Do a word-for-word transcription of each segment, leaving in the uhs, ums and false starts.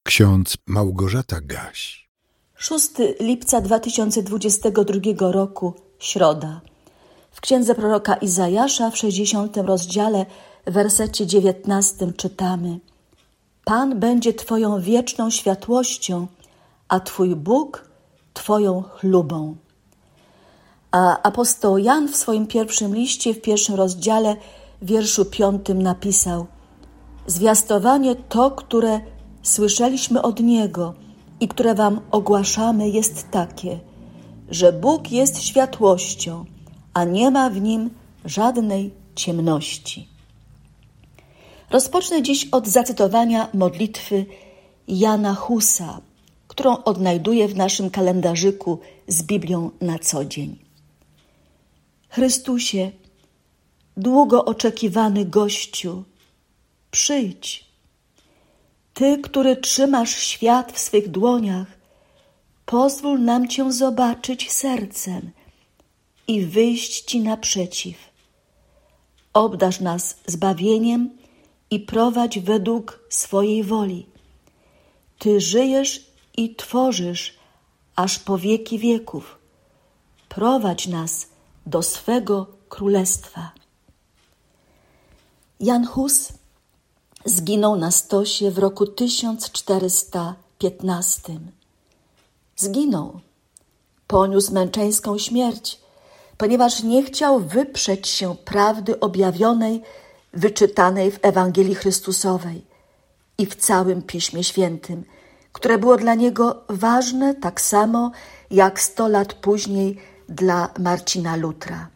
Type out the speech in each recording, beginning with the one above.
Ksiądz Małgorzata Gaś. szóstego lipca dwa tysiące dwudziestego drugiego roku, środa. W księdze proroka Izajasza w sześćdziesiątym rozdziale, w wersecie dziewiętnastym czytamy: Pan będzie Twoją wieczną światłością, a Twój Bóg Twoją chlubą. A apostoł Jan w swoim pierwszym liście, w pierwszym rozdziale, w wierszu piątym napisał: Zwiastowanie to, które słyszeliśmy od Niego i które wam ogłaszamy, jest takie, że Bóg jest światłością, a nie ma w Nim żadnej ciemności. Rozpocznę dziś od zacytowania modlitwy Jana Husa, którą odnajduję w naszym kalendarzyku z Biblią na co dzień. Chrystusie, długo oczekiwany gościu, przyjdź. Ty, który trzymasz świat w swych dłoniach, pozwól nam Cię zobaczyć sercem i wyjść Ci naprzeciw. Obdarz nas zbawieniem i prowadź według swojej woli. Ty żyjesz i tworzysz aż po wieki wieków. Prowadź nas do swego królestwa. Jan Hus zginął na stosie w roku tysiąc czterysta piętnastym. Zginął, poniósł męczeńską śmierć, ponieważ nie chciał wyprzeć się prawdy objawionej, wyczytanej w Ewangelii Chrystusowej i w całym Piśmie Świętym, które było dla niego ważne tak samo jak sto lat później dla Marcina Lutra.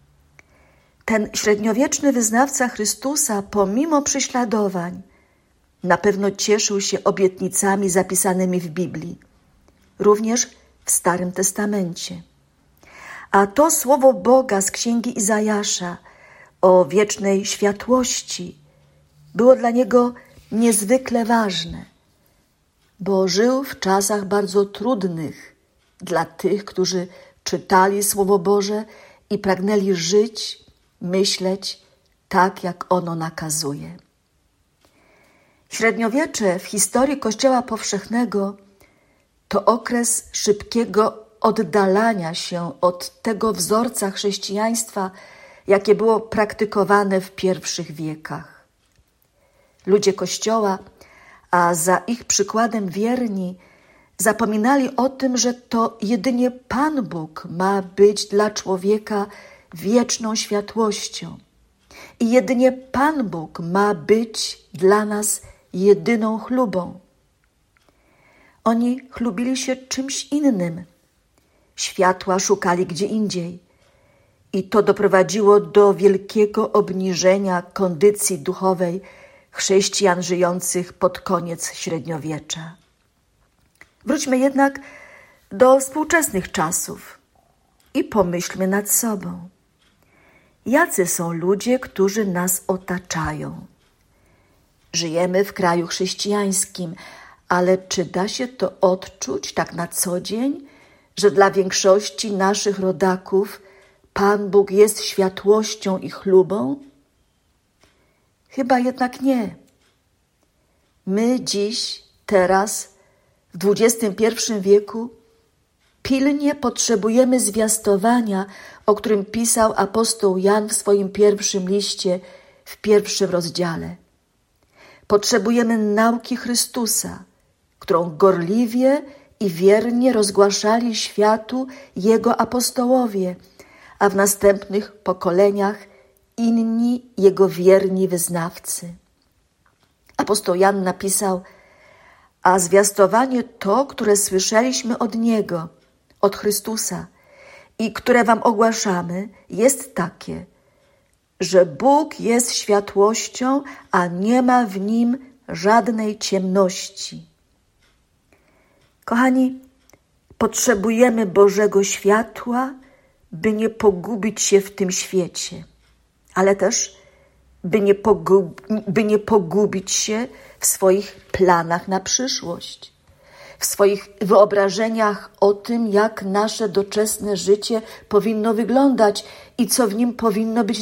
Ten średniowieczny wyznawca Chrystusa, pomimo prześladowań, na pewno cieszył się obietnicami zapisanymi w Biblii, również w Starym Testamencie. A to słowo Boga z księgi Izajasza o wiecznej światłości było dla niego niezwykle ważne, bo żył w czasach bardzo trudnych dla tych, którzy czytali Słowo Boże i pragnęli żyć, myśleć tak, jak ono nakazuje. Średniowiecze w historii Kościoła powszechnego to okres szybkiego oddalania się od tego wzorca chrześcijaństwa, jakie było praktykowane w pierwszych wiekach. Ludzie Kościoła, a za ich przykładem wierni, zapominali o tym, że to jedynie Pan Bóg ma być dla człowieka wieczną światłością i jedynie Pan Bóg ma być dla nas jedyną chlubą. Oni chlubili się czymś innym. Światła szukali gdzie indziej i to doprowadziło do wielkiego obniżenia kondycji duchowej chrześcijan żyjących pod koniec średniowiecza. Wróćmy jednak do współczesnych czasów i pomyślmy nad sobą. Jacy są ludzie, którzy nas otaczają? Żyjemy w kraju chrześcijańskim, ale czy da się to odczuć tak na co dzień, że dla większości naszych rodaków Pan Bóg jest światłością i chlubą? Chyba jednak nie. My dziś, teraz, w dwudziestym pierwszym wieku, pilnie potrzebujemy zwiastowania, o którym pisał apostoł Jan w swoim pierwszym liście, w pierwszym rozdziale. Potrzebujemy nauki Chrystusa, którą gorliwie i wiernie rozgłaszali światu Jego apostołowie, a w następnych pokoleniach inni Jego wierni wyznawcy. Apostoł Jan napisał: A zwiastowanie to, które słyszeliśmy od Niego, od Chrystusa i które wam ogłaszamy, jest takie, że Bóg jest światłością, a nie ma w Nim żadnej ciemności. Kochani, potrzebujemy Bożego światła, by nie pogubić się w tym świecie, ale też by nie, pogub, by nie pogubić się w swoich planach na przyszłość, w swoich wyobrażeniach o tym, jak nasze doczesne życie powinno wyglądać i co w nim powinno być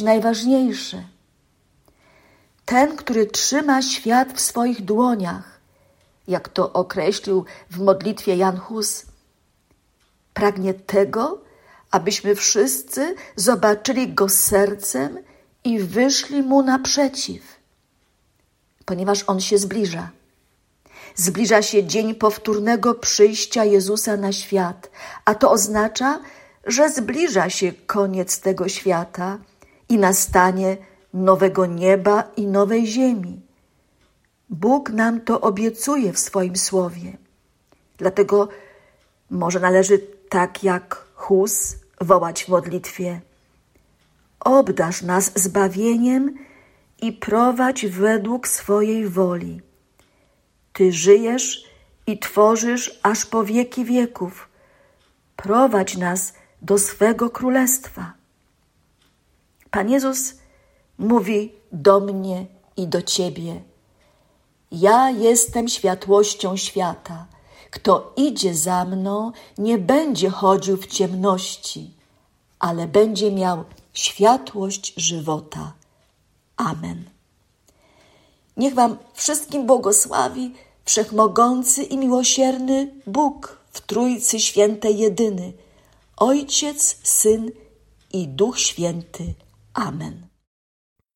najważniejsze. Ten, który trzyma świat w swoich dłoniach, jak to określił w modlitwie Jan Hus. Pragnie tego, abyśmy wszyscy zobaczyli Go sercem i wyszli Mu naprzeciw, ponieważ On się zbliża. Zbliża się dzień powtórnego przyjścia Jezusa na świat, a to oznacza, że zbliża się koniec tego świata i nastanie nowego nieba i nowej ziemi. Bóg nam to obiecuje w swoim słowie. Dlatego może należy tak jak Hus wołać w modlitwie: obdarz nas zbawieniem i prowadź według swojej woli. Ty żyjesz i tworzysz aż po wieki wieków. Prowadź nas do swego królestwa. Pan Jezus mówi do mnie i do ciebie: ja jestem światłością świata. Kto idzie za mną, nie będzie chodził w ciemności, ale będzie miał światłość żywota. Amen. Niech wam wszystkim błogosławi wszechmogący i miłosierny Bóg w Trójcy Świętej jedyny, Ojciec, Syn i Duch Święty. Amen.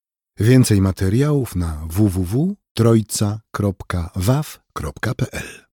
Więcej materiałów na w w w kropka trojca kropka w a w kropka p l